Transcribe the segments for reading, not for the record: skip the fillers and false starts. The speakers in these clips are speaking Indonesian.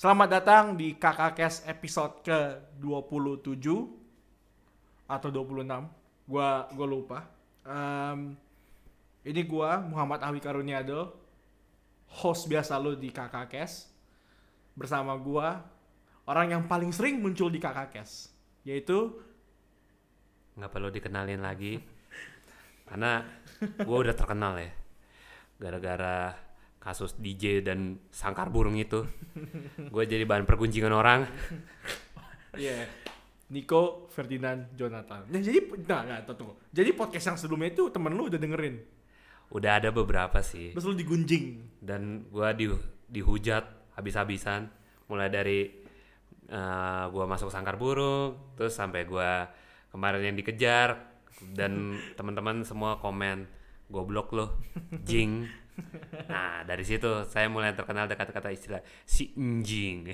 Selamat datang di KKCast episode ke-27 atau 26. Gua lupa. Ini gua Muhammad Ahwi Karuniado, host biasa lo di KKCast. Bersama gua orang yang paling sering muncul di KKCast, yaitu Nggak perlu dikenalin lagi karena gue udah terkenal ya gara-gara kasus DJ dan sangkar burung itu. Gue jadi bahan pergunjingan orang. Nico Ferdinand Jonathan. Tunggu. Jadi podcast yang sebelumnya itu temen lu udah dengerin, Udah ada beberapa sih terus lu digunjing. dan gue dihujat habis-habisan, mulai dari gue masuk sangkar burung, terus sampai gue kemarin yang dikejar, dan teman-teman semua komen goblok lo, jing. Nah dari situ saya mulai terkenal dengan kata-kata istilah si anjing.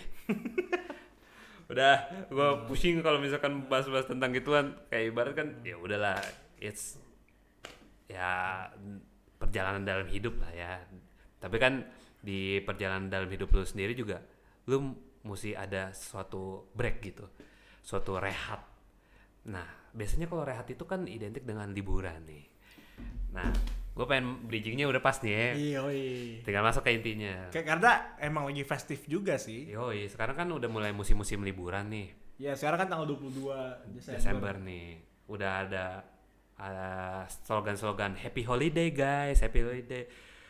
Udah gue pusing kalau misalkan bahas-bahas tentang gituan, kayak ibarat kan ya udahlah, it's ya perjalanan dalam hidup lah ya. Tapi kan di perjalanan dalam hidup lu sendiri juga lu mesti ada suatu break gitu, suatu rehat. Nah biasanya kalau rehat itu kan identik dengan liburan nih. Nah gue pengen bridgingnya udah pas nih ya, Yoi. tinggal masuk ke intinya. Kayak karena emang lagi festif juga sih. Yoi, sekarang kan udah mulai musim-musim liburan nih. Ya sekarang kan tanggal 22 Desember nih udah ada slogan-slogan happy holiday guys, happy holiday.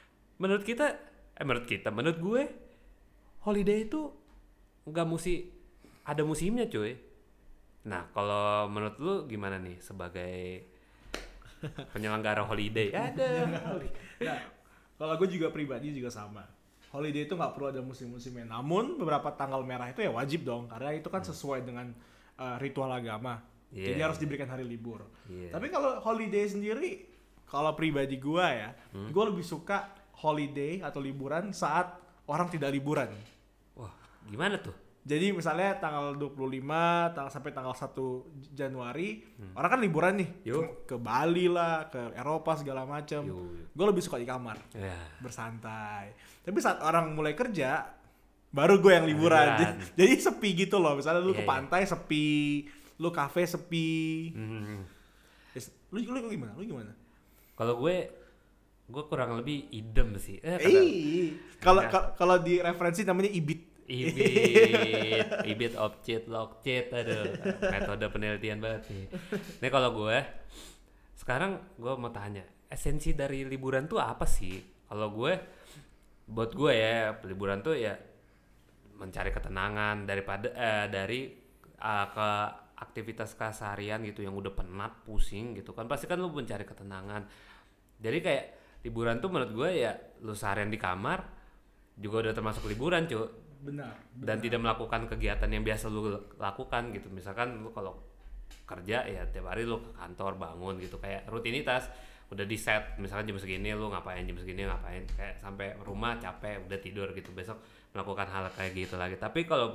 Menurut gue holiday itu nggak mesti ada musimnya cuy. Nah kalau menurut lu gimana nih sebagai penyelenggara holiday? Nah, kalau gue juga pribadi juga sama. Holiday itu nggak perlu ada musim-musimnya. Namun beberapa tanggal merah itu ya wajib dong, karena itu kan sesuai dengan ritual agama. Yeah. Jadi harus diberikan hari libur. Yeah. Tapi kalau holiday sendiri, kalau pribadi gue ya, gue lebih suka holiday atau liburan saat orang tidak liburan. Wah gimana tuh? Jadi misalnya tanggal 25 sampai tanggal 1 Januari orang kan liburan nih. Yo. Ke Bali lah, ke Eropa segala macam. Gue lebih suka di kamar, Ya. bersantai. Tapi saat orang mulai kerja baru gue yang liburan. Jadi sepi gitu loh. Misalnya lu ke pantai sepi, lu kafe sepi. Lu gimana? Kalau gue kurang lebih idem sih. Kalau di referensi namanya ibit. Ibit of cheat, lock cheat, aduh, metode penelitian banget nih. Nih kalau gue, sekarang gue mau tanya, esensi dari liburan tuh apa sih? Kalau gue, buat gue ya, liburan tuh ya mencari ketenangan daripada dari ke aktivitas keseharian gitu yang udah penat, pusing gitu kan. Pasti kan lu mencari ketenangan. Jadi kayak liburan tuh menurut gue ya, lu seharian di kamar juga udah termasuk liburan cuy. Benar. Dan tidak melakukan kegiatan yang biasa lu lakukan gitu. Misalkan lu kalau kerja ya tiap hari lu ke kantor bangun gitu, kayak rutinitas udah di set, misalkan jam segini lu ngapain, jam segini ngapain, kayak sampai rumah capek udah tidur gitu, besok melakukan hal kayak gitu lagi. Tapi kalau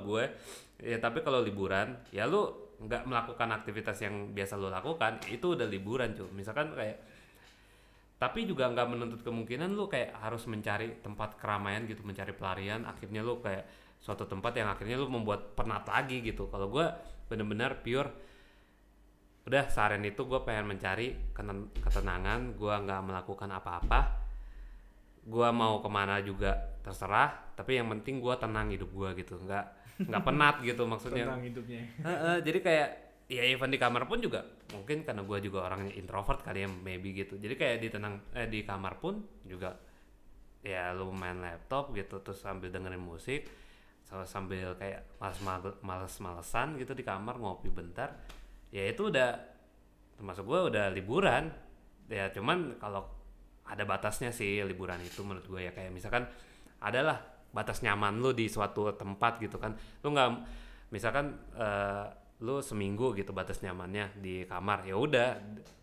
liburan ya lu nggak melakukan aktivitas yang biasa lu lakukan, itu udah liburan cuy. Misalkan kayak, tapi juga nggak menuntut kemungkinan lu kayak harus mencari tempat keramaian gitu, mencari pelarian, akhirnya lu kayak suatu tempat yang akhirnya lu membuat penat lagi gitu. Kalau gue bener-bener pure udah seharian itu gue pengen mencari ketenangan, gue nggak melakukan apa-apa, gue mau kemana juga terserah, tapi yang penting gue tenang hidup gue gitu, nggak penat gitu maksudnya. Tenang hidupnya. Jadi kayak ya even di kamar pun juga, mungkin karena gue juga orangnya introvert kali ya, maybe gitu. Jadi kayak di kamar pun juga ya lu main laptop gitu, terus sambil dengerin musik, sambil kayak males-malesan gitu di kamar, ngopi bentar. Ya itu udah termasuk gue udah liburan. Ya cuman kalau ada batasnya sih liburan itu menurut gue ya, kayak misalkan adalah batas nyaman lu di suatu tempat gitu kan. Lu nggak, misalkan lu seminggu gitu batas nyamannya di kamar, ya udah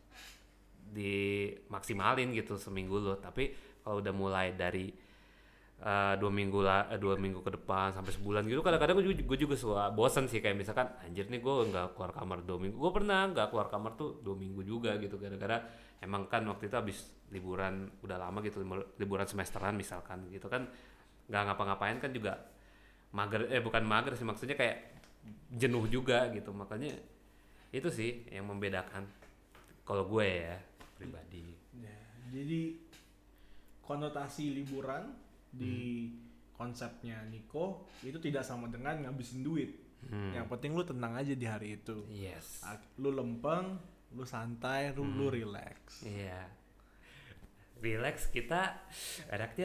dimaksimalin gitu seminggu lu. Tapi kalau udah mulai dari 2 minggu ke depan sampai sebulan gitu, kadang-kadang gue juga suka bosan sih, kayak misalkan anjir nih gue nggak keluar kamar 2 minggu. Gue pernah nggak keluar kamar tuh 2 minggu juga gitu, gara-gara emang kan waktu itu habis liburan udah lama gitu, liburan semesteran misalkan gitu kan, nggak ngapa-ngapain kan juga bukan mager sih, maksudnya kayak jenuh juga gitu. Makanya itu sih yang membedakan kalau gue ya pribadi. Ya, jadi konotasi liburan di konsepnya Niko itu tidak sama dengan ngabisin duit. Yang penting lu tenang aja di hari itu. Yes. Lu lempeng, lu santai, lu relax. Iya. Relax, kita enaknya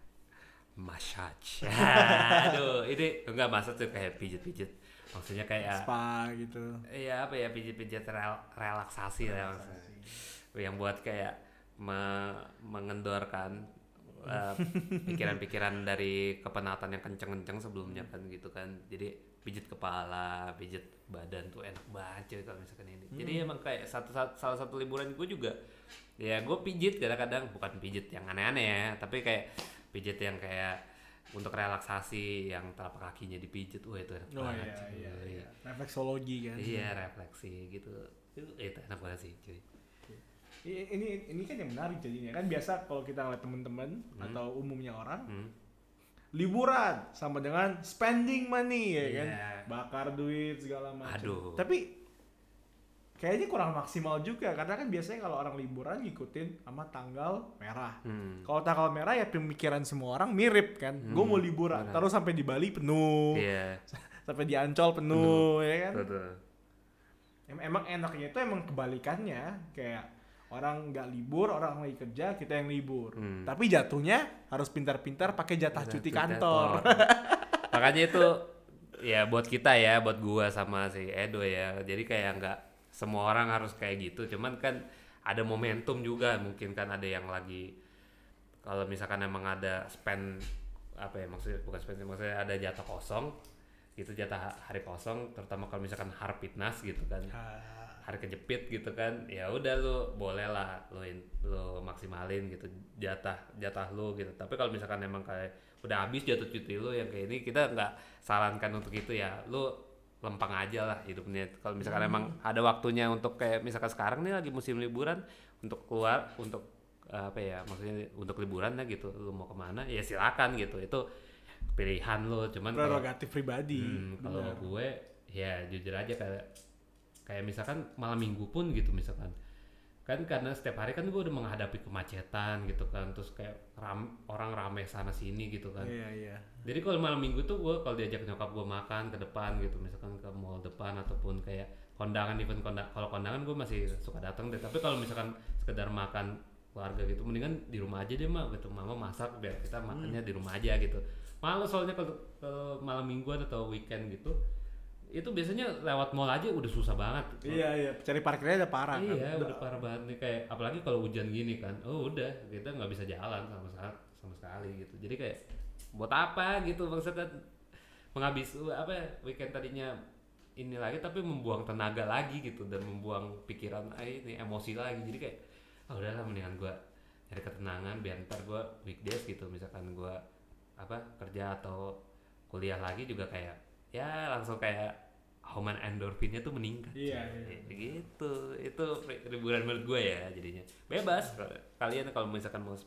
massage. Aduh, ini enggak massage tuh kayak pijit-pijit. Maksudnya kayak spa gitu. Iya, apa ya, pijit-pijit relaksasi. Yang buat kayak mengendorkan pikiran-pikiran dari kepenatan yang kenceng-kenceng sebelumnya kan gitu kan. Jadi pijit kepala, pijit badan tuh enak banget cuy kalau misalkan ini. Jadi emang kayak salah satu liburan gue juga ya gue pijit kadang-kadang, bukan pijit yang aneh-aneh ya, tapi kayak pijit yang kayak untuk relaksasi, yang telapak kakinya dipijit, itu enak banget. Iya. Refleksologi kan. Iya, refleksi gitu. Itu enak banget sih cuy. Ini kan yang menarik jadinya kan, biasa kalau kita ngeliat temen-temen atau umumnya orang liburan sama dengan spending money ya kan, bakar duit segala macam. Aduh. Tapi kayaknya kurang maksimal juga, karena kan biasanya kalau orang liburan ngikutin sama tanggal merah. Kalau tanggal merah ya pemikiran semua orang mirip kan. Gue mau liburan, terus sampai di Bali penuh, sampai di Ancol penuh, ya kan. Betul. Emang enaknya itu emang kebalikannya, kayak orang nggak libur, orang lagi kerja, kita yang libur. Tapi jatuhnya harus pintar-pintar pakai jatah cuti kantor. Makanya itu ya buat kita ya, buat gua sama si Edo ya. Jadi kayak nggak semua orang harus kayak gitu. Cuman kan ada momentum juga, mungkin kan ada yang lagi, kalau misalkan emang ada spend apa ya, maksudnya bukan spend, maksudnya ada jatah kosong gitu, jatah hari kosong, terutama kalau misalkan harpitnas gitu kan. Hari kejepit gitu kan, ya udah lu boleh lah lu maksimalin gitu jatah lu gitu. Tapi kalau misalkan emang kayak udah habis jatuh cuti lu yang kayak ini, kita nggak sarankan untuk itu ya, lu lempeng aja lah hidupnya. Kalau misalkan emang ada waktunya untuk kayak misalkan sekarang nih lagi musim liburan, untuk keluar, untuk apa ya, maksudnya untuk liburan ya gitu, lu mau kemana ya silakan gitu, itu pilihan lu. Cuman prerogatif pribadi. Kalau gue ya jujur aja kayak misalkan malam minggu pun gitu, misalkan kan karena setiap hari kan gue udah menghadapi kemacetan gitu kan, terus kayak orang rame sana sini gitu kan. Iya. Jadi kalau malam minggu tuh gue kalau diajak nyokap gue makan ke depan gitu, misalkan ke mall depan ataupun kayak kondangan, kalau kondangan gue masih suka datang deh. Tapi kalau misalkan sekedar makan keluarga gitu, mendingan di rumah aja deh mak gitu, mama masak biar kita makannya di rumah aja gitu. Malu soalnya kalau malam mingguan atau weekend gitu, itu biasanya lewat mall aja udah susah banget. Iya, cari parkirnya udah parah. Iya, udah parah banget nih, kayak apalagi kalau hujan gini kan, udah kita nggak bisa jalan sama sekali gitu. Jadi kayak buat apa gitu, maksudnya menghabis weekend tadinya ini lagi, tapi membuang tenaga lagi gitu, dan membuang pikiran ini emosi lagi. Jadi kayak udahlah, mendingan gue cari ketenangan biar ntar gue weekdays gitu, misalkan gue kerja atau kuliah lagi juga kayak ya langsung kayak hormon endorfinnya tuh meningkat. Iya. Gitu. Itu liburan menurut gue ya, jadinya bebas. Kalian kalau misalkan mau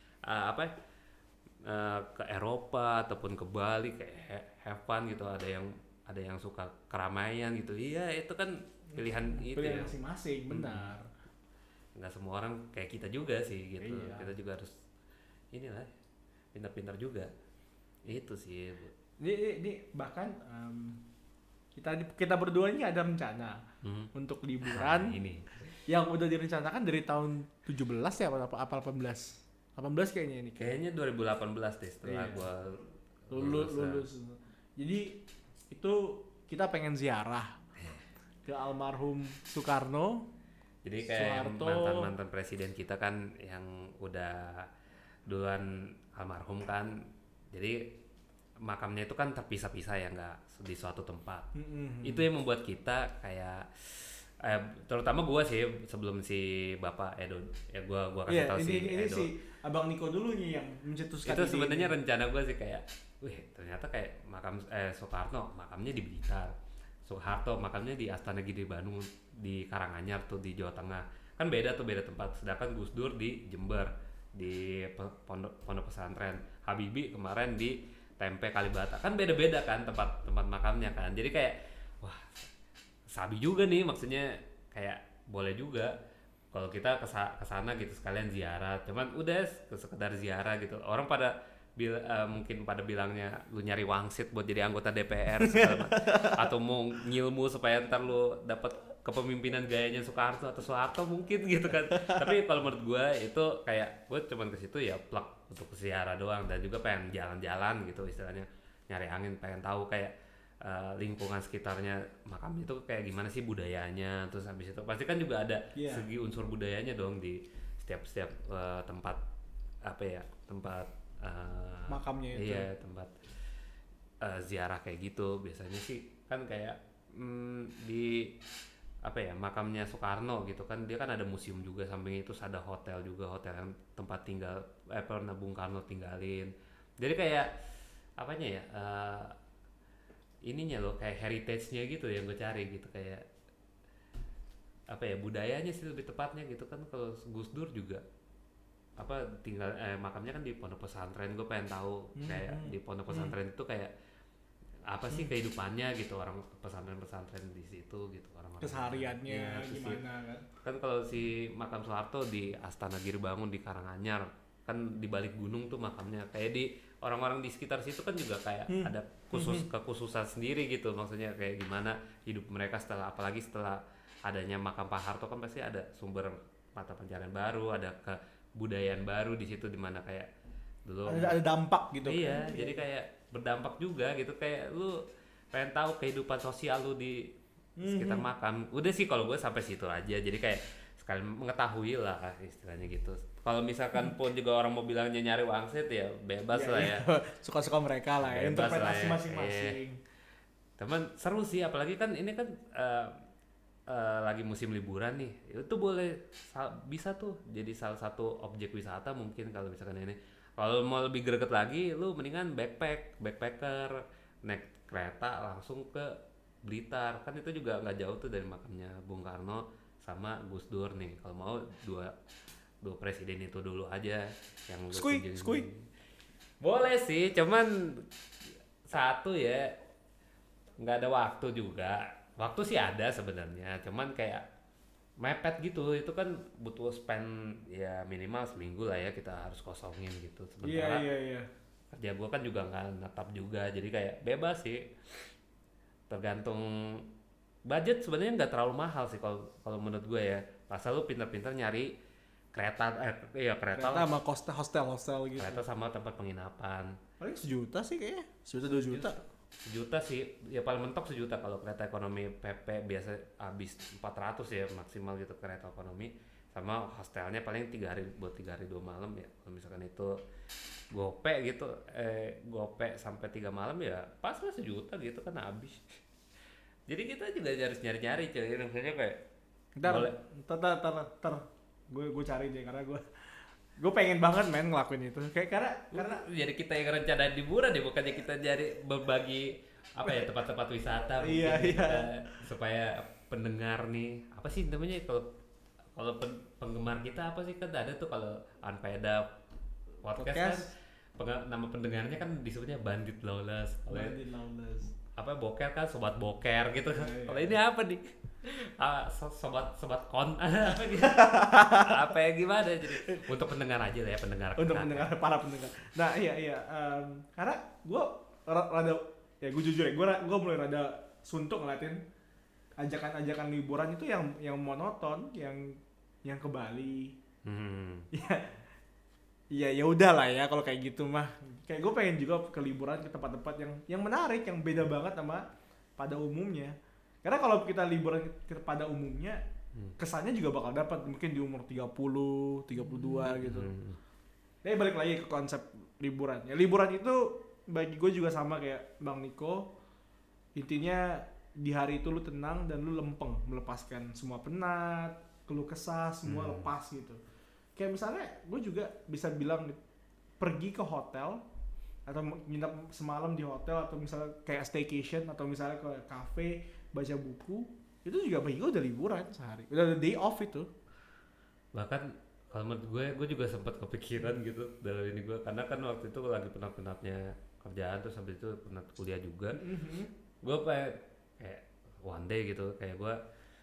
ke Eropa ataupun ke Bali kayak have fun gitu, ada yang suka keramaian gitu. Iya, itu kan pilihan pilihan ya. masing-masing, benar. Nggak semua orang kayak kita juga sih gitu. Iya. Kita juga harus inilah pintar-pintar juga. Itu sih. Ini bahkan kita berdua ini ada rencana untuk liburan ini yang udah direncanakan dari tahun 17 ya apa 18 kayaknya ini. Kayaknya 2018 deh, setelah gua lulus. Jadi itu kita pengen ziarah ke almarhum Soekarno. Jadi kayak mantan presiden kita kan yang udah duluan almarhum kan. Jadi makamnya itu kan terpisah-pisah ya, nggak di suatu tempat. Itu yang membuat kita kayak terutama gue sih, sebelum si Bapak Edo ya, gue kasih tahu si ini Edo. si Abang Niko dulu nih yang mencetuskan itu sebenarnya rencana gue sih, kayak ternyata kayak makam Soekarno makamnya di Blitar, Soeharto makamnya di Astana Gede Bandung, di Karanganyar tuh di Jawa Tengah, kan beda tempat. Sedangkan Gus Dur di Jember di pondok pesantren, Habibie kemarin di Tempe Kalibata kan beda-beda kan tempat makamnya kan, jadi kayak wah sabi juga nih, maksudnya kayak boleh juga kalau kita kesana gitu sekalian ziarah, cuman udah sekedar ziarah gitu. Orang pada mungkin pada bilangnya lu nyari wangsit buat jadi anggota DPR atau mau ngilmu supaya ntar lu dapat kepemimpinan gayanya Soeharto atau Soeharto mungkin gitu kan. Tapi kalau menurut gue itu kayak gue cuman ke situ ya plug untuk ziarah doang, dan juga pengen jalan-jalan gitu istilahnya, nyari angin, pengen tahu kayak lingkungan sekitarnya makam itu kayak gimana sih budayanya. Terus habis itu pasti kan juga ada segi unsur budayanya dong di setiap tempat apa ya, tempat makamnya itu. Iya, tempat ziarah kayak gitu. Biasanya sih kan kayak di apa ya, makamnya Soekarno gitu kan, dia kan ada museum juga, samping itu ada hotel juga, hotel yang tempat tinggal pernah Bung Karno tinggalin. Jadi kayak apanya ya, ininya loh kayak heritage-nya gitu yang gue cari gitu, kayak apa ya, budayanya sih lebih tepatnya gitu kan. Kalau Gus Dur juga apa tinggal makamnya kan di pondok pesantren, gue pengen tahu kayak di pondok pesantren itu kayak apa sih kehidupannya gitu, orang pesantren di situ gitu, orang-orang kesehariannya ya, gimana kan. Kalau si makam Soeharto di Astana Giribangun di Karanganyar kan, di balik gunung tuh makamnya, kayak di orang-orang di sekitar situ kan juga kayak ada kekhususan sendiri gitu, maksudnya kayak gimana hidup mereka setelah, apalagi setelah adanya makam Pak Harto kan pasti ada sumber mata pencarian baru, ada kebudayaan baru di situ, dimana kayak dulu ada dampak gitu. Iya kan? Jadi kayak berdampak juga gitu, kayak lu pengen tahu kehidupan sosial lu di sekitar makam. Udah sih kalau gue sampai situ aja, jadi kayak sekali mengetahui lah istilahnya gitu. Kalau misalkan pun juga orang mau bilangnya nyari wangsit ya bebas lah ya. Suka-suka mereka lah ya, Bebas interpretasi lah ya. masing-masing. Teman seru sih, apalagi kan ini kan lagi musim liburan nih, itu boleh bisa tuh jadi salah satu objek wisata mungkin kalau misalkan ini. Kalau mau lebih greget lagi, lu mendingan backpacker, naik kereta langsung ke Blitar, kan itu juga nggak jauh tuh dari makamnya Bung Karno sama Gus Dur nih. Kalau mau dua presiden itu dulu aja yang lu Skui. Boleh sih, cuman satu ya nggak ada waktu juga. Waktu sih ada sebenarnya, cuman kayak mepet gitu. Itu kan butuh spend ya minimal seminggu lah ya, kita harus kosongin gitu. Sementara Iya. kerja gue kan juga nggak netap juga, jadi kayak bebas sih, tergantung budget. Sebenarnya nggak terlalu mahal sih kalau menurut gue ya, asal lu pintar-pintar nyari kereta sama hostel gitu. kereta sama tempat penginapan. Paling 1 juta sih kayaknya, 1 juta 2 juta. 1 juta sih ya, paling mentok 1 juta. Kalau kereta ekonomi PP biasa habis 400 ya maksimal gitu kereta ekonomi, sama hostelnya paling 3 hari, buat 3 hari 2 malam ya. Kalau misalkan itu gope gitu, gope sampai 3 malam ya pas lah 1 juta gitu kan habis. Jadi kita juga harus nyari-nyari cuy, maksudnya kayak ntar gue cari deh, karena gue pengen banget ngelakuin itu, kayak karena jadi kita yang rencana liburan deh, bukannya kita cari berbagi apa ya, tempat-tempat wisata mungkin. Iya. Supaya pendengar nih, apa sih namanya kalau penggemar kita apa sih, kan ada tuh kalau Unpeda podcast. Kan nama pendengarnya kan disebutnya Bandit Lawless. Apa boker kan sobat boker gitu. Kalau ini apa nih? sobat kon apa gitu. Apa ya gimana, jadi untuk pendengar aja lah ya, untuk pendengar, para pendengar. Nah iya karena gue rada ya, gue jujur ya, gue mulai rada suntuk ngeliatin ajakan liburan itu yang monoton, yang ke Bali. Ya udah lah ya kalau kayak gitu mah. Kayak gue pengen juga ke liburan ke tempat-tempat yang menarik, yang beda banget sama pada umumnya. Karena kalau kita liburan pada umumnya, kesannya juga bakal dapat mungkin di umur 30, 32 gitu. Jadi balik lagi ke konsep liburan. Ya liburan itu bagi gue juga sama kayak Bang Niko. Intinya di hari itu lu tenang dan lu lempeng, melepaskan semua penat, keluh kesah, semua lepas gitu. Kayak misalnya gue juga bisa bilang pergi ke hotel atau nginep semalam di hotel, atau misalnya kayak staycation, atau misalnya ke cafe baca buku, itu juga bagi gue udah liburan sehari, udah day off itu. Bahkan kalau menurut gue juga sempat kepikiran gitu dalam ini gue, karena kan waktu itu lagi penat-penatnya kerjaan terus habis itu pernah kuliah juga. Gue kayak one day gitu kayak gue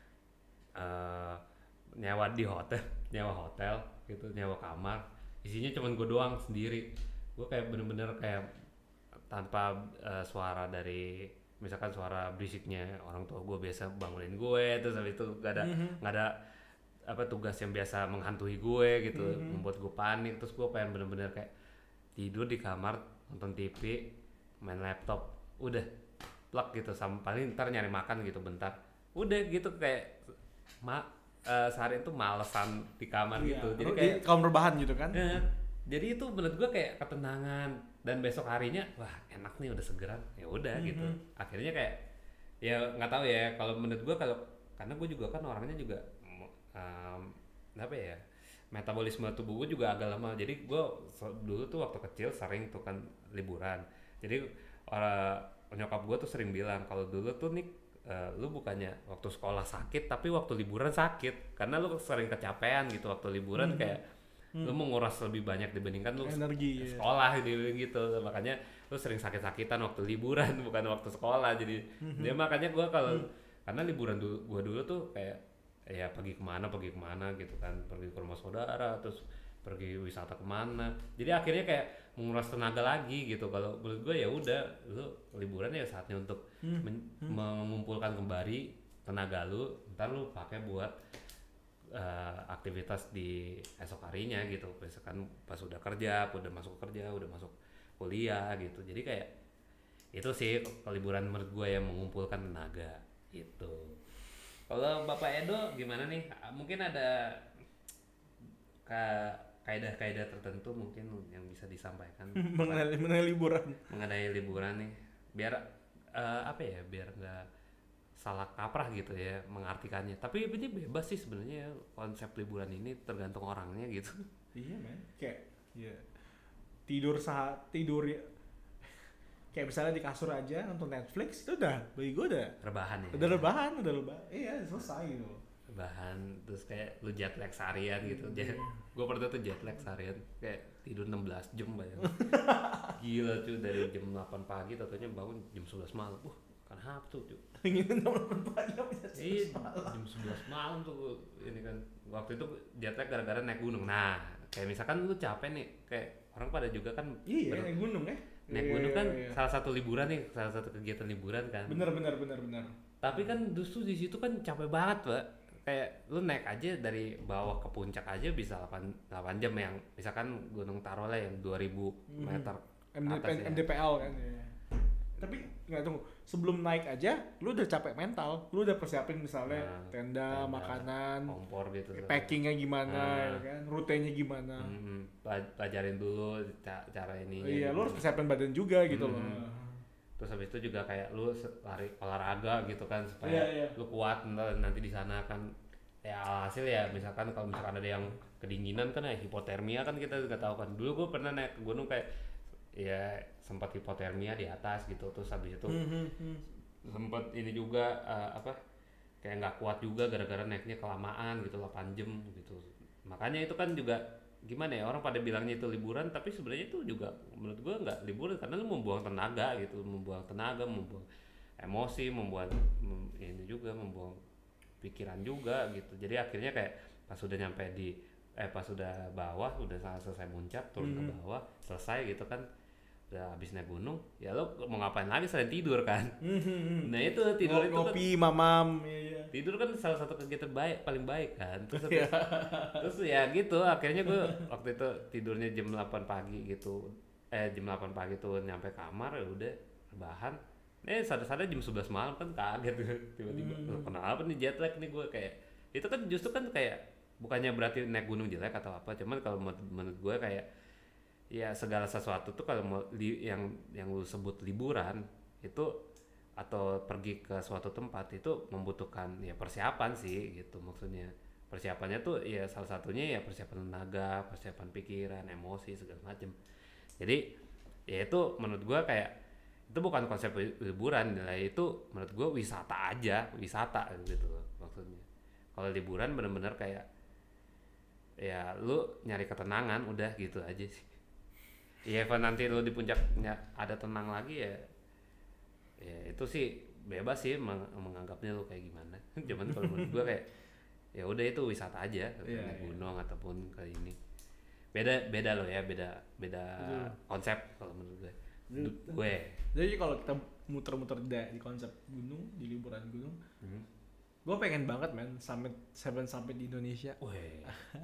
nyewa hotel gitu, nyewa kamar isinya cuman gue doang sendiri. Gue kayak bener-bener kayak tanpa suara dari misalkan suara berisiknya orang tua gue biasa bangunin gue, terus habis itu nggak ada apa tugas yang biasa menghantui gue gitu, membuat gue panik. Terus gue pengen bener-bener kayak tidur di kamar nonton TV main laptop udah plug gitu, sama paling ntar nyari makan gitu bentar udah gitu kayak sehari itu malesan di kamar gitu. Jadi kayak kaum rebahan gitu kan. Jadi itu menurut gue kayak ketenangan, dan besok harinya wah enak nih udah segeran ya udah gitu. Akhirnya kayak ya nggak tahu ya kalau menurut gue, kalau karena gue juga kan orangnya juga apa ya, metabolisme tubuh gue juga agak lama. Jadi gue dulu tuh waktu kecil sering tuh kan liburan. Jadi nyokap gue tuh sering bilang kalau dulu tuh nih lu bukannya waktu sekolah sakit tapi waktu liburan sakit, karena lu sering kecapean gitu waktu liburan. Kayak lu menguras lebih banyak dibandingkan lu energi sekolah gitu. Makanya lu sering sakit-sakitan waktu liburan bukan waktu sekolah. Jadi dia makanya gue kalau karena liburan gue dulu tuh kayak ya pergi kemana gitu kan, pergi ke rumah saudara, terus pergi wisata kemana. Jadi akhirnya kayak menguras tenaga lagi gitu. Kalau menurut gue ya udah, lu liburan ya saatnya untuk mengumpulkan kembali tenaga lu, ntar lu pakai buat aktivitas di esok harinya gitu. Misalkan pas udah kerja, udah masuk kerja, udah masuk kuliah gitu. Jadi kayak itu sih liburan menurut gue yang mengumpulkan tenaga gitu. Kalau Bapak Edo gimana nih? Mungkin ada kaidah-kaidah tertentu mungkin yang bisa disampaikan mengenai liburan nih, biar apa ya, biar nggak salah kaprah gitu ya mengartikannya. Tapi ini bebas sih sebenarnya konsep liburan ini, tergantung orangnya gitu. Iya men, kayak ya tidur ya. Kayak misalnya di kasur aja nonton Netflix itu udah bagi gue udah rebahan ya. Udah rebahan. Iya, selesai gitu. Rebahan terus kayak lu jet lag seharian gitu. Gue pernah tuh jet lag seharian kayak tidur 16 jam bayang. Gila cuy, dari jam 8 pagi tentunya bangun jam 11 malam. Kan hap tuh cuy. Ingin 8 pagi Iya, jam 11 malam tuh ini kan. Waktu itu jet lag gara-gara naik gunung. Nah, kayak misalkan lu capek nih, kayak orang pada juga kan naik gunung ya. Naik gunung kan salah satu liburan nih, salah satu kegiatan liburan kan. Bener. Tapi kan justru di situ kan capek banget, Pak. Kayak lu naik aja dari bawah ke puncak aja bisa 8 jam, yang misalkan Gunung Taro lah yang 2000 meter atas MDPL kan ya. Tapi nggak tunggu, sebelum naik aja lu udah capek mental, lu udah persiapin misalnya tenda, makanan, kompor gitu, packingnya gimana, ya kan, rutenya gimana, pelajarin dulu cara ini. Iya, lu harus persiapin badan juga gitu loh. Terus habis itu juga kayak lu lari olahraga gitu kan supaya lu kuat nanti di sana kan. Ya hasil ya misalkan kalau misalkan ada yang kedinginan kan ya hipotermia kan kita nggak tahu kan. Dulu gue pernah naik ke gunung kayak ya sempat hipotermia di atas gitu. Terus habis itu sempat ini juga kayak nggak kuat juga gara-gara naiknya kelamaan gitu, 8 jam gitu. Makanya itu kan juga gimana ya, orang pada bilangnya itu liburan tapi sebenarnya itu juga menurut gue nggak liburan, karena lu membuang tenaga gitu, membuang emosi, ini juga membuang pikiran juga gitu. Jadi akhirnya kayak pas udah pas udah bawah, udah selesai muncak turun ke bawah selesai gitu kan, udah habis naik gunung ya lo mau ngapain lagi selain tidur kan. Nah itu tidur itu ngopi kan, mamam tidur kan salah satu kegiatan paling baik kan. Terus ya gitu akhirnya gue waktu itu tidurnya jam 8 pagi gitu, jam 8 pagi tuh nyampe kamar ya udah rebahan. Sadar-sadar jam 11 malam kan kaget tiba-tiba kenapa nih jet lag nih gue. Kayak itu kan justru kan kayak bukannya berarti naik gunung jelek atau apa, cuman kalau menurut gue kayak ya segala sesuatu tuh kalau mau yang lu sebut liburan itu atau pergi ke suatu tempat itu membutuhkan ya persiapan sih gitu. Maksudnya persiapannya tuh ya salah satunya ya persiapan tenaga, persiapan pikiran, emosi segala macam. Jadi ya itu menurut gua kayak itu bukan konsep liburan lah, itu menurut gua wisata gitu loh maksudnya. Kalau liburan bener-bener kayak ya lu nyari ketenangan udah gitu aja sih. Iya, kalau nanti lu di puncaknya ada tenang lagi ya, ya itu sih bebas sih menganggapnya lu kayak gimana. Cuman kalau menurut gua kayak ya udah itu wisata aja, naik gunung ataupun ke ini. Beda loh ya, beda konsep kalau menurut gue. Jadi kalau kita muter-muter di konsep gunung, di liburan gunung, gue pengen banget Seven Summit di Indonesia. Wih.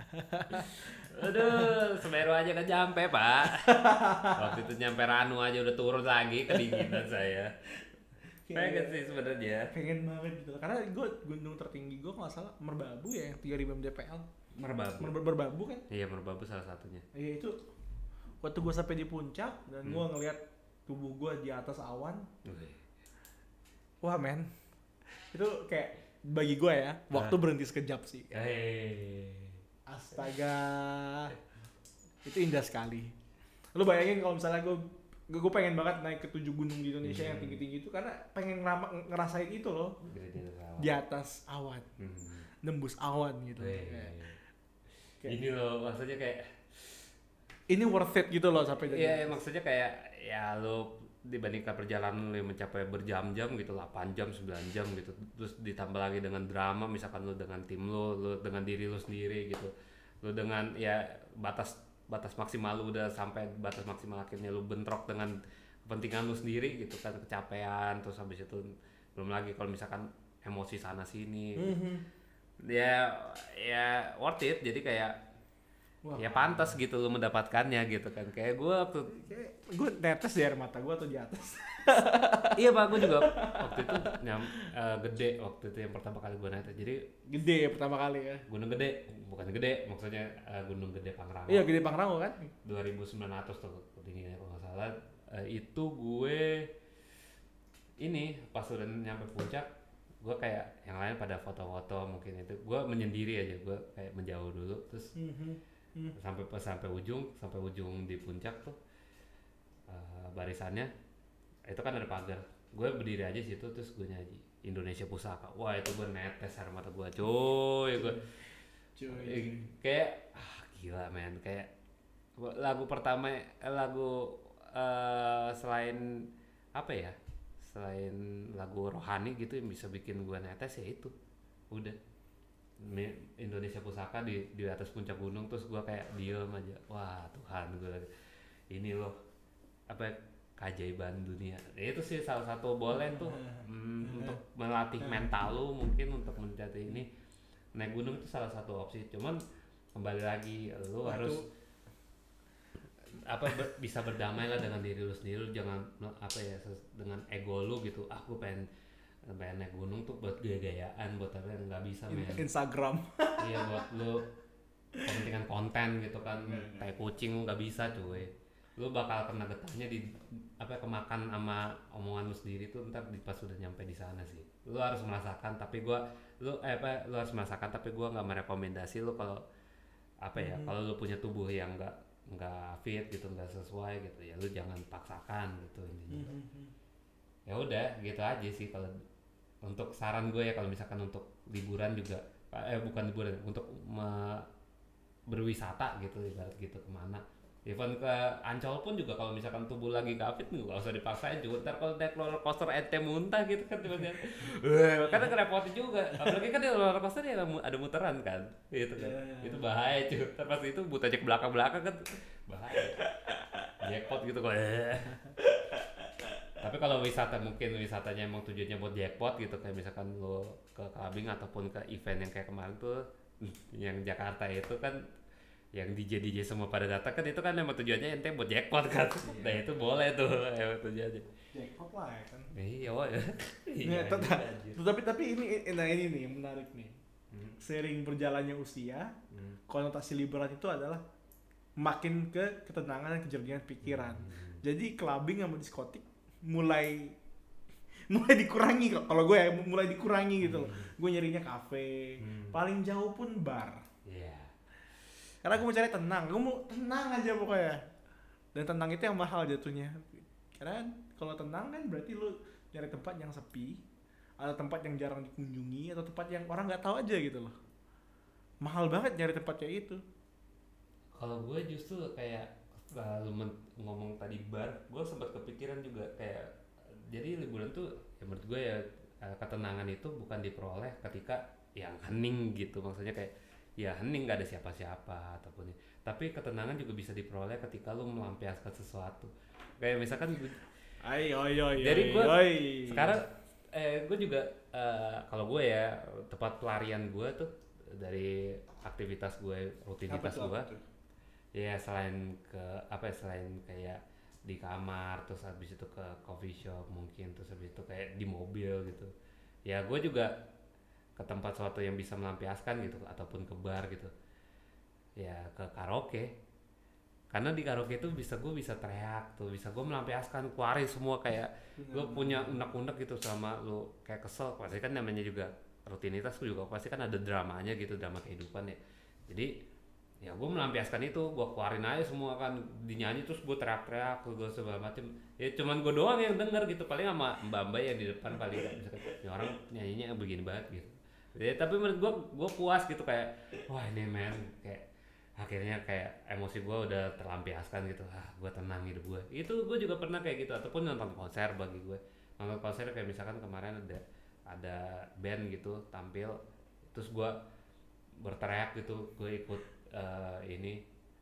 Aduh, Semeru aja kan nyampe, Pak. Waktu itu nyampe Ranu aja udah turun lagi, kedinginan saya. Pengen sih sebenarnya. Pengen banget gitu. Karena gue gunung tertinggi gue kalau nggak salah Merbabu ya, yang 3000 mdpl. Merbabu kan? Iya, Merbabu salah satunya. Iya itu. Waktu gue sampai di puncak dan gue ngeliat tubuh gue di atas awan. Wah men, itu kayak bagi gue ya, waktu berhenti sekejap sih. Astaga, itu indah sekali. Lu bayangin kalau misalnya gue pengen banget naik ke 7 gunung di Indonesia yang tinggi-tinggi itu karena pengen ngerasain itu loh, di atas awan, nembus awan gitu. Kayak ini loh, maksudnya kayak ini worth it gitu loh sampai jadi. Iya, maksudnya kayak ya lo dibandingkan perjalanan lu yang mencapai berjam-jam gitu, 8 jam, 9 jam gitu, terus ditambah lagi dengan drama, misalkan lu dengan tim lu dengan diri lu sendiri gitu, lu dengan ya batas maksimal lu udah sampai batas maksimal, akhirnya lu bentrok dengan kepentingan lu sendiri gitu kan, kecapean, terus habis itu belum lagi kalau misalkan emosi sana sini ya worth it, jadi kayak ya pantas gitu lu mendapatkannya gitu kan. Kayak gue netes di air mata gue tuh di atas. Iya Pak, gue juga waktu itu gede waktu itu yang pertama kali gue naik. Jadi gede ya pertama kali ya. Gunung Gede, bukan gede maksudnya Gunung Gede Pangrango. Iya, Gede Pangrango kan. 2900 tuh tingginya kalau nggak salah. Itu gue ini pas udah nyampe puncak, gue kayak yang lain pada foto-foto mungkin itu, gue menyendiri aja, gue kayak menjauh dulu terus sampai ujung di puncak tuh barisannya itu kan ada pagar, gue berdiri aja situ terus gue nyanyi Indonesia Pusaka. Wah itu gue netes air mata gue, cuy. Kayak gila men, kayak lagu pertama selain apa ya, selain lagu rohani gitu yang bisa bikin gue netes ya itu udah Indonesia Pusaka di atas puncak gunung, terus gue kayak diem aja. Wah Tuhan, gue ini loh apa keajaiban dunia. Itu sih salah satu boleh tuh untuk melatih mental lu, mungkin untuk menjadi ini naik gunung itu salah satu opsi. Cuman kembali lagi lu harus bisa berdamai lah dengan diri lu sendiri. Lu jangan dengan ego lu gitu. Gue pengen naik gunung tuh buat gaya-gayaan, buat apa yang nggak bisa men. Instagram. Iya, buat lu kepentingan konten gitu kan, kayak kucing lu nggak bisa cuy. Lu bakal kena getahnya kemakan sama omongan lu sendiri tuh ntar pas sudah nyampe di sana sih. Lu harus merasakan, tapi lu harus merasakan, tapi gua nggak merekomendasi lu kalau kalau lu punya tubuh yang nggak fit gitu, nggak sesuai gitu ya, lu jangan paksakan gitu intinya. Ya udah gitu aja sih kalau untuk saran gue ya, kalau misalkan untuk liburan juga bukan liburan, untuk berwisata gitu ibarat gitu kemana, even ke Ancol pun juga kalau misalkan tubuh lagi gak fit nggak usah dipaksain juga. Ntar kalau naik roller coaster ente muntah gitu kan tiba-tiba karena kerepotin juga, apalagi kan di roller coaster ya ada muteran kan gitu kan. Itu bahaya cuy, ntar pas itu buta cek belakang kan bahaya, jackpot gitu kok. Tapi kalau mungkin wisatanya emang tujuannya buat jackpot gitu, kayak misalkan lo ke clubbing ataupun ke event yang kayak kemarin tuh yang Jakarta itu kan, yang DJ semua pada datang kan, itu kan emang tujuannya ente buat jackpot kan. Nah itu boleh tuh emang tujuannya jackpot lah ya kan. Iya wah ya. Tapi ini nih menarik nih. Seiring berjalannya usia, konotasi liburan itu adalah makin ke ketenangan dan kejernihan pikiran. Jadi clubbing sama diskotik mulai dikurangi kalau gue ya, mulai dikurangi gitu loh. Gue nyarinya kafe, paling jauh pun bar. Karena gue mau cari tenang, gue mau tenang aja pokoknya. Dan tenang itu yang mahal jatuhnya. Karena kalau tenang kan berarti lu nyari tempat yang sepi, atau tempat yang jarang dikunjungi, atau tempat yang orang nggak tahu aja gitu loh. Mahal banget nyari tempat kayak itu. Kalau gue justru kayak ngomong tadi bar, gue sempat kepikiran juga kayak jadi liburan tuh ya menurut gue ya ketenangan itu bukan diperoleh ketika yang hening gitu, maksudnya kayak ya hening nggak ada siapa-siapa ataupun tapi ketenangan juga bisa diperoleh ketika lu melampiaskan sesuatu kayak misalkan jadi gue sekarang gue juga kalau gue ya tempat pelarian gue tuh dari aktivitas gue rutinitas gue ya selain kayak di kamar terus habis itu ke coffee shop mungkin terus habis itu kayak di mobil gitu ya gue juga ke tempat suatu yang bisa melampiaskan gitu ataupun ke bar gitu ya ke karaoke karena di karaoke itu gue bisa teriak tuh bisa gue melampiaskan keluarin semua kayak gue punya unek-unek gitu sama lu kayak kesel pasti kan namanya juga rutinitas tuh juga pasti kan ada dramanya gitu drama kehidupan ya jadi ya gue melampiaskan itu gue keluarin aja semua kan dinyanyi terus gue teriak-teriak gue segala macem ya cuman gue doang yang denger gitu paling sama mbak-mbak yang di depan paling gak misalkan ya orang nyanyinya begini banget gitu ya tapi menurut gue puas gitu kayak wah ini men kayak akhirnya kayak emosi gue udah terlampiaskan gitu gue tenang hidup gue itu gue juga pernah kayak gitu ataupun nonton konser bagi gue nonton konser kayak misalkan kemarin ada band gitu tampil terus gue berteriak gitu gue ikut ini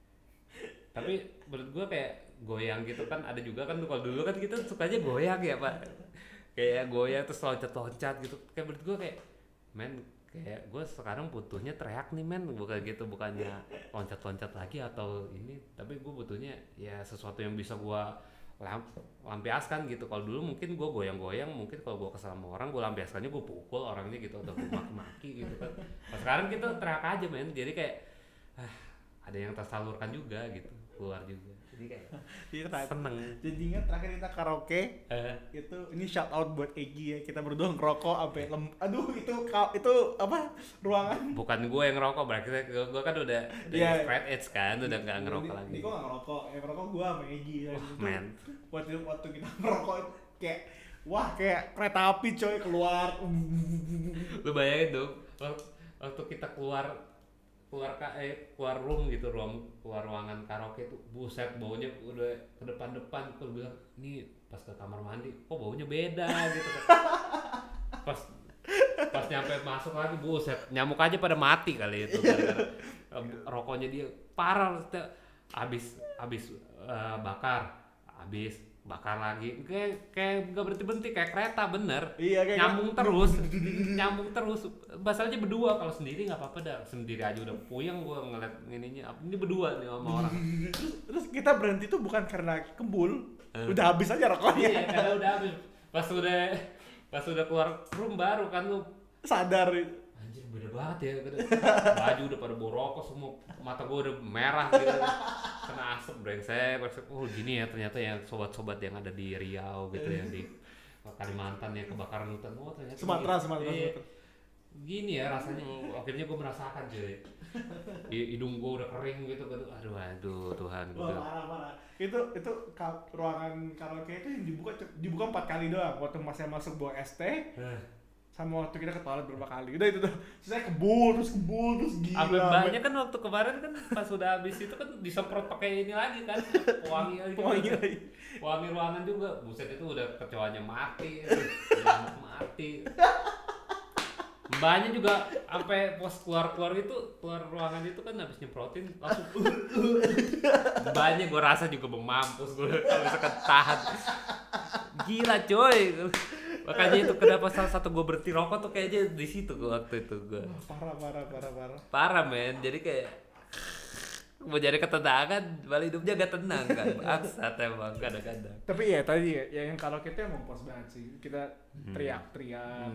tapi menurut gue kayak goyang gitu kan ada juga kan kalau dulu kan kita sukanya goyang ya pak kayak goyang terus loncat-loncat gitu kayak menurut gue kayak men kayak gue sekarang butuhnya teriak nih men bukan gitu bukannya loncat-loncat lagi atau ini tapi gue butuhnya ya sesuatu yang bisa gue lampiaskan gitu kalau dulu mungkin gue goyang-goyang mungkin kalau gue kesal sama orang gue lampiaskannya gue pukul orangnya gitu atau gue maki-maki gitu kan nah, sekarang kita teriak aja men jadi kayak ada yang tersalurkan juga gitu keluar juga jadi kayak seneng jadi ingat terakhir kita karaoke itu ini shout out buat Egi ya kita berdua ngerokok sampai aduh itu apa ruangan bukan gue yang ngerokok berarti gue kan udah straight edge kan udah nggak ngerokok lagi ini gue nggak ngerokok yang ngerokok gue sama Egi man waktu kita ngerokok kayak wah kayak kereta api coy keluar lu bayangin dong waktu kita keluar room gitu keluar ruangan karaoke tuh buset baunya udah ke depan tuh bilang nih pas ke kamar mandi kok baunya beda gitu kan pas nyampe masuk lagi buset nyamuk aja pada mati kali itu rokoknya dia parah habis bakar lagi kayak nggak berhenti kayak kereta bener iya, kayak nyambung terus masalahnya berdua kalau sendiri nggak apa-apa dah sendiri aja udah puyeng gue ngeliat ini berdua nih sama orang terus kita berhenti tuh bukan karena kebul udah habis aja rokoknya iya karena udah habis pas udah keluar room baru kan lu sadar anjir beda banget ya baju udah pada borokok semua mata gue udah merah gitu kena asap brengsek oh gini ya ternyata yang sobat-sobat yang ada di Riau gitu yang di Kalimantan yang kebakaran hutan oh ternyata Sumatera gini ya rasanya akhirnya gue merasakan cuy hidung gue udah kering gitu aduh Tuhan gitu. Parah itu ruangan karaoke itu yang dibuka 4 kali doang waktu masih masuk bawa ST sama waktu kita ke toilet berapa kali udah itu tuh saya kebul terus gila sampai banyak kan waktu kemarin kan pas udah habis itu kan disemprot pakai ini lagi kan wangi ruangan juga buset itu udah kecoanya mati mbaknya juga sampai pas keluar ruangan itu kan habis nyemprotin langsung mbaknya gue rasa juga mampus gue kalau misalkan tahan gila coy makanya itu kenapa salah satu gue berhenti rokok tuh kayaknya di situ gue waktu itu gue parah men jadi kayak mau jadi ketenangan malah hidupnya gak tenang kan bangsat emang kadang-kadang tapi ya tadi ya yang kalau kita emang pas banget sih kita teriak-teriak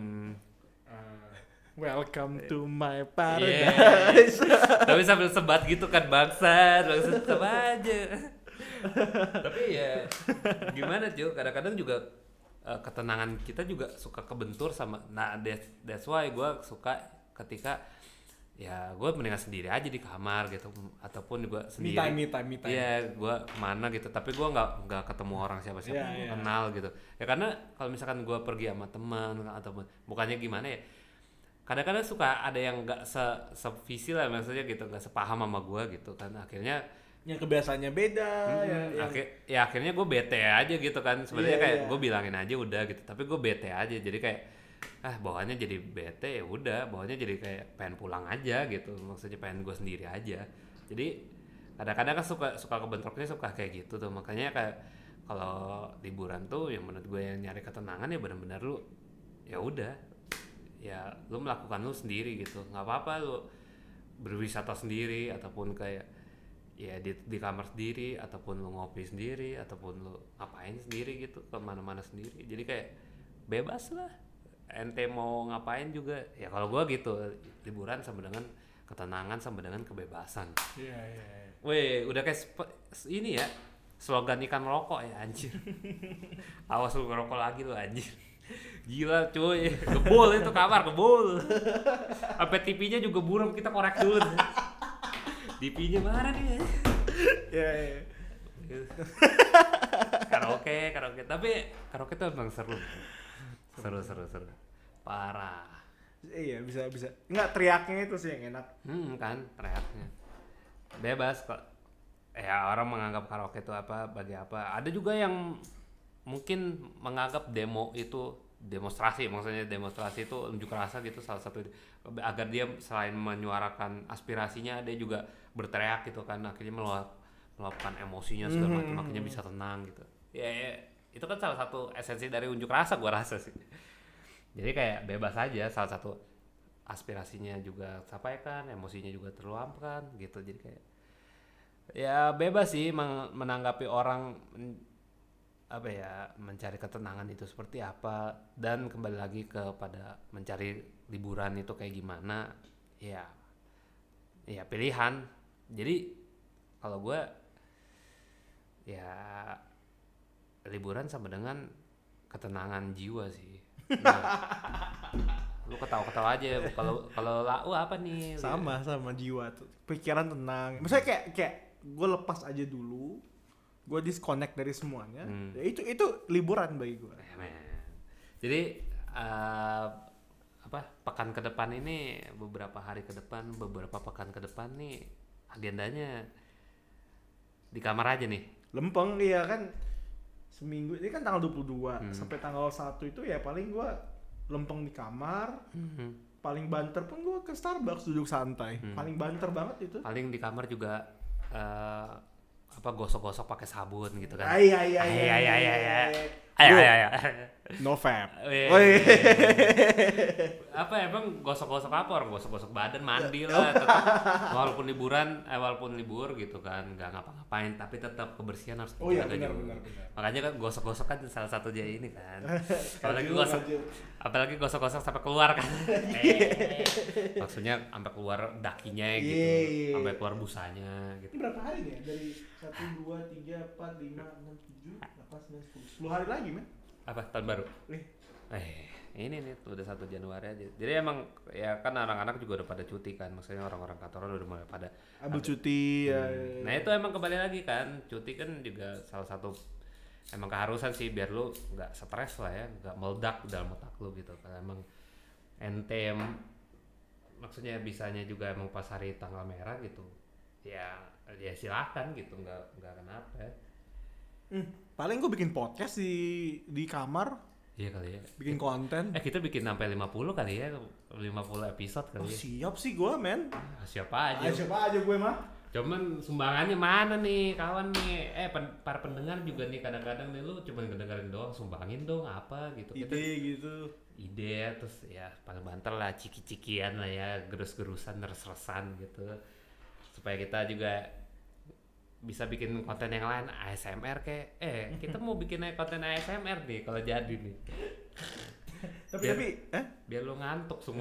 welcome to my paradise tapi sambil sebat gitu kan bangsat sama aja tapi ya gimana cuy kadang-kadang juga ketenangan kita juga suka kebentur sama that's why gue suka ketika ya gue mendingan sendiri aja di kamar gitu ataupun gue sendiri me time iya gue kemana gitu tapi gue nggak ketemu orang siapa kenal gitu ya karena kalau misalkan gue pergi sama teman atau bukannya gimana ya kadang-kadang suka ada yang nggak sevisi lah maksudnya gitu nggak sepaham sama gue gitu kan akhirnya Yang kebiasaannya beda, ya akhirnya gue bete aja gitu kan. Sebenarnya kayak iya. gue bilangin aja udah gitu, tapi gue bete aja. Jadi kayak bawaannya jadi bete, ya udah bawaannya jadi kayak pengen pulang aja gitu. Maksudnya pengen gue sendiri aja. Jadi kadang-kadang kan suka kebentroknya suka kayak gitu tuh. Makanya kayak kalau liburan tuh yang menurut gue yang nyari ketenangan ya benar-benar lu ya udah ya lu melakukan lu sendiri gitu. Nggak apa-apa lu berwisata sendiri ataupun kayak ya di kamar sendiri ataupun lu ngopi sendiri ataupun lu ngapain sendiri gitu, kemana-mana sendiri. Jadi kayak bebas lah, ente mau ngapain juga ya. Kalau gua gitu, liburan sama dengan ketenangan sama dengan kebebasan. Iya. Weh, udah kayak ini ya slogan ikan rokok ya anjir. Awas lu ngerokok lagi lu anjir. Gila cuy, kebul itu kamar kebul. Sampai TV-nya juga buram, kita korek dulu. TV-nya mana nih? Iya. Karaoke. Tapi karaoke tuh emang seru. Parah. Iya, bisa. Enggak, teriaknya itu sih yang enak. Kan teriaknya. Bebas kok. Ya orang menganggap karaoke itu apa, bagi apa. Ada juga yang mungkin menganggap demo itu demonstrasi, maksudnya demonstrasi itu unjuk rasa gitu, salah satu agar dia selain menyuarakan aspirasinya dia juga berteriak gitu kan, akhirnya meluapkan emosinya segala macam, makanya bisa tenang gitu ya, itu kan salah satu esensi dari unjuk rasa gua rasa sih. Jadi kayak bebas aja, salah satu aspirasinya juga sampaikan, emosinya juga terluapkan gitu. Jadi kayak ya bebas sih menanggapi orang apa ya, mencari ketenangan itu seperti apa, dan kembali lagi kepada mencari liburan itu kayak gimana ya pilihan. Jadi kalau gue ya liburan sama dengan ketenangan jiwa sih. Lu ketawa-ketawa aja kalau lau apa nih? Sama jiwa tuh, pikiran tenang. Maksudnya kayak gue lepas aja dulu, gue disconnect dari semuanya. Ya itu liburan bagi gue. Jadi pekan ke depan ini, beberapa hari ke depan, beberapa pekan ke depan nih agendanya di kamar aja nih. Lempeng, iya kan. Seminggu ini kan tanggal 22 sampai tanggal 1 itu ya paling gue lempeng di kamar. Paling banter pun gue ke Starbucks duduk santai. Paling banter banget itu. Paling di kamar juga gosok-gosok pakai sabun gitu kan. Iya. Ayo. No fap. Apa emang gosok-gosok apa? Orang gosok-gosok badan, mandi lah tetap. Walaupun libur gitu kan, nggak ngapa-ngapain, tapi tetap kebersihan harus dijaga juga. Benar. Makanya kan gosok-gosok kan salah satu dia ini kan. Apalagi gosok-gosok sampai keluar kan. Maksudnya sampai keluar dakinya gitu, sampai keluar busanya gitu. Ini berapa hari nih? Dari 1, 2, 3, 4, 5, 6, 7, 8, 9, 10 10 hari lagi men. Apa tahun baru? Ini nih udah 1 Januari aja. Jadi emang ya kan anak-anak juga udah pada cuti kan, maksudnya orang-orang kantoran udah mulai pada ambil cuti. Ya. Nah itu emang kembali lagi kan, cuti kan juga salah satu emang keharusan sih biar lu nggak stres lah ya, nggak meledak dalam otak lu gitu. Karena emang ente maksudnya bisanya juga emang pas hari tanggal merah gitu, ya silahkan gitu, nggak kenapa. Paling gue bikin podcast di kamar. Iya kali ya. Bikin konten. Kita bikin sampai 50 kali ya, 50 episode kali. Siap sih gue men. Siapa aja gue mah. Cuman sumbangannya mana nih kawan nih? Para pendengar juga nih kadang-kadang nih lu cuma ngedengerin doang, sumbangin dong apa gitu. Ide terus ya paling banter lah, ciki-cikian lah ya, gerus-gerusan, res-resan gitu. Supaya kita juga bisa bikin konten yang lain, ASMR kayak kita mau bikin konten ASMR nih kalau jadi nih. Biar lu ngantuk semua.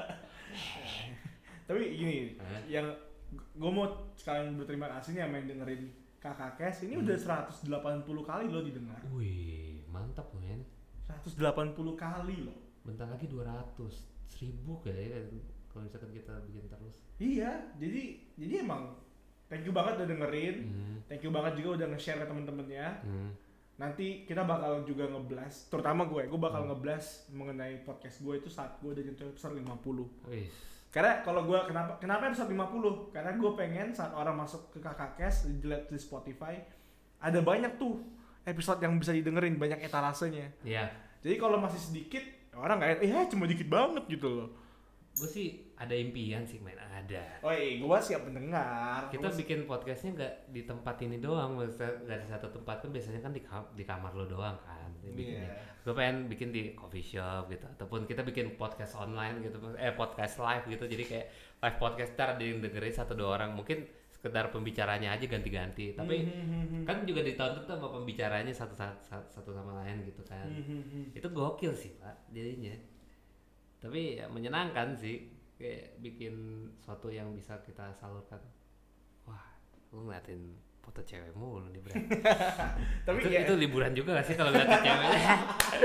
Tapi gini, yang gue mau sekalian berterima kasih nih sama yang dengerin Kakak Kes ini udah 180 kali lo didengar. Wih, mantap loh men. 180 kali loh. Bentar lagi 200, 1000 kali ya kalau misalkan kita bikin terus. Iya, jadi emang thank you banget udah dengerin. Thank you banget juga udah nge-share ke temen-temennya. nanti kita bakal juga nge-blast, terutama gue bakal nge-blast mengenai podcast gue itu saat gue udah nyentuh episode 50. Karena kalau gue kenapa episode 50? Karena gue pengen saat orang masuk ke KKCast dilihat di Spotify ada banyak tuh episode yang bisa didengerin, banyak etalasenya. Iya. Jadi kalau masih sedikit orang nggak cuma dikit banget gitu loh. Gue sih ada impian sih main ada. Oh iya, gue siap mendengar. Kita bikin podcastnya nggak di tempat ini doang, nggak di satu tempat kan biasanya kan di kamar lo doang kan. Gue pengen bikin di coffee shop gitu, ataupun kita bikin podcast online gitu, podcast live gitu. Jadi kayak live podcast ntar ada yang dengerin 1-2 orang, mungkin sekedar pembicaranya aja ganti-ganti. Tapi kan juga ditonton sama pembicaranya satu sama lain gitu kan. Itu gokil sih Pak jadinya. Tapi ya menyenangkan sih, kayak bikin sesuatu yang bisa kita salurkan. Wah, lu ngeliatin foto cewek mulu nih berarti. Tapi itu liburan juga gak sih kalau ngeliatin ceweknya?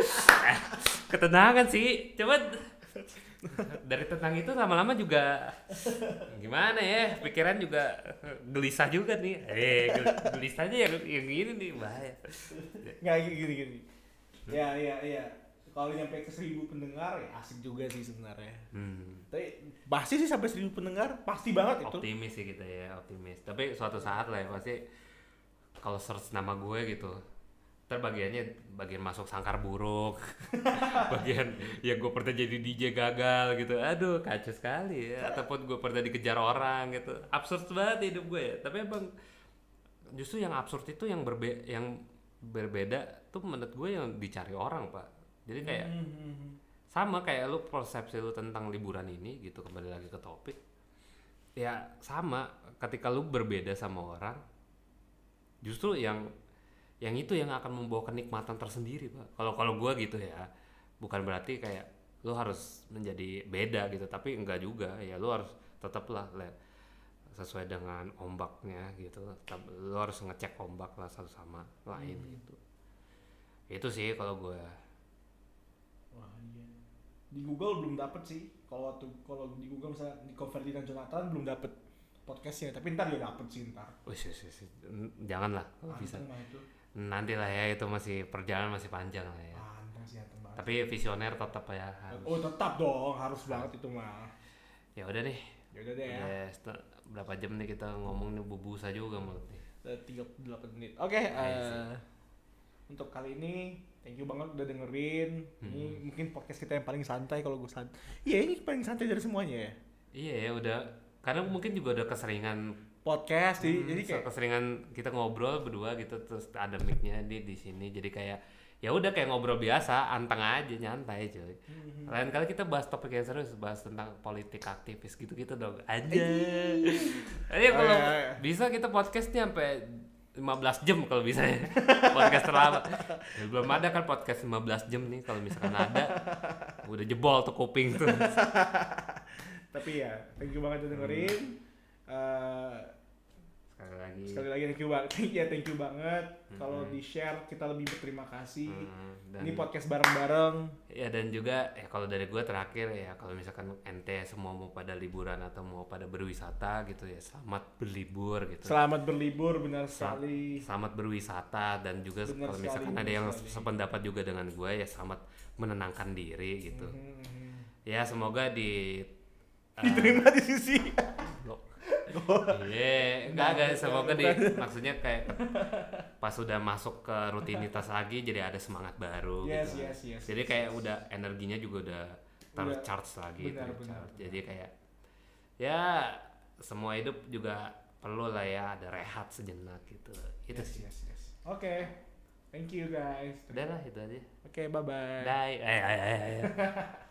Ketenangan sih, coba dari tenang itu lama-lama juga gimana ya, pikiran juga gelisah juga nih. Gelisahnya yang gini nih bahaya. Nggak gini. Ya. Kalau nyampe ke 1.000 pendengar ya asik juga sih sebenarnya. Tapi pasti sih sampai 1.000 pendengar pasti banget itu. Optimis sih kita ya, optimis. Tapi suatu saat lah ya pasti kalau search nama gue gitu, ntar bagian masuk sangkar buruk, bagian ya gue pernah jadi DJ gagal gitu, aduh kacau sekali ya. Ataupun gue pernah dikejar orang gitu, absurd banget hidup gue ya. Tapi emang justru yang absurd itu yang berbeda tuh menurut gue yang dicari orang Pak. Jadi kayak sama kayak lu persepsi lu tentang liburan ini gitu, kembali lagi ke topik ya sama, ketika lu berbeda sama orang justru yang itu yang akan membawa kenikmatan tersendiri Pak. Kalau gue gitu ya, bukan berarti kayak lu harus menjadi beda gitu, tapi enggak juga ya, lu harus tetaplah sesuai dengan ombaknya gitu, lu harus ngecek ombak lah satu sama lain gitu. Itu sih kalau gue. Wah iya. Di Google belum dapet sih. Kalau di Google misalnya di Ferdinand Jonathan belum dapet podcastnya, tapi ntar dia dapet sih ntar. Janganlah kalau bisa. Nanti lah ya, itu masih perjalanan masih panjang lah ya. Tapi visioner tetap ya harus. Oh tetap dong, harus banget itu mah. Ya udah deh. Ya. Berapa jam nih kita ngomong nih, bubusa juga menurut nih. 38 menit. Oke. Untuk kali ini thank you banget udah dengerin. Ini mungkin podcast kita yang paling santai kalau gue santai. Iya, ini paling santai dari semuanya ya. Iya ya, udah karena mungkin juga udah keseringan podcast jadi kayak keseringan kita ngobrol berdua gitu, terus ada mic-nya di sini, jadi kayak ya udah kayak ngobrol biasa, anteng aja, nyantai cuy. Lain kali kita bahas topik yang serius, bahas tentang politik aktivis gitu-gitu dong aja. Jadi kalau bisa kita podcastnya sampai 15 jam kalau bisa ya. Podcast terlama. Ya, belum ada kan podcast 15 jam nih, kalau misalkan ada udah jebol tuh kuping tuh. Tapi ya, thank you banget udah dengerin. Sekali lagi thank you banget. Thank you banget. Kalau di-share kita lebih berterima kasih. Ini podcast bareng-bareng. Ya, dan juga ya kalau dari gue terakhir ya, kalau misalkan ente semua mau pada liburan atau mau pada berwisata gitu ya, selamat berlibur gitu. Selamat berlibur, benar sekali. Selamat berwisata, dan juga kalau misalkan ada yang sependapat juga dengan gue ya, selamat menenangkan diri gitu. Ya semoga diterima di sisi. Iya, enggak semoga maksudnya kayak pas udah masuk ke rutinitas lagi jadi ada semangat baru gitu. Yes. Jadi kayak udah energinya juga udah tercharge lagi. Benar. Jadi kayak ya semua hidup juga perlu lah ya ada rehat sejenak gitu. Itu sih. Yes. Oke. Thank you guys. Udah lah itu aja. Oke, bye-bye. Bye.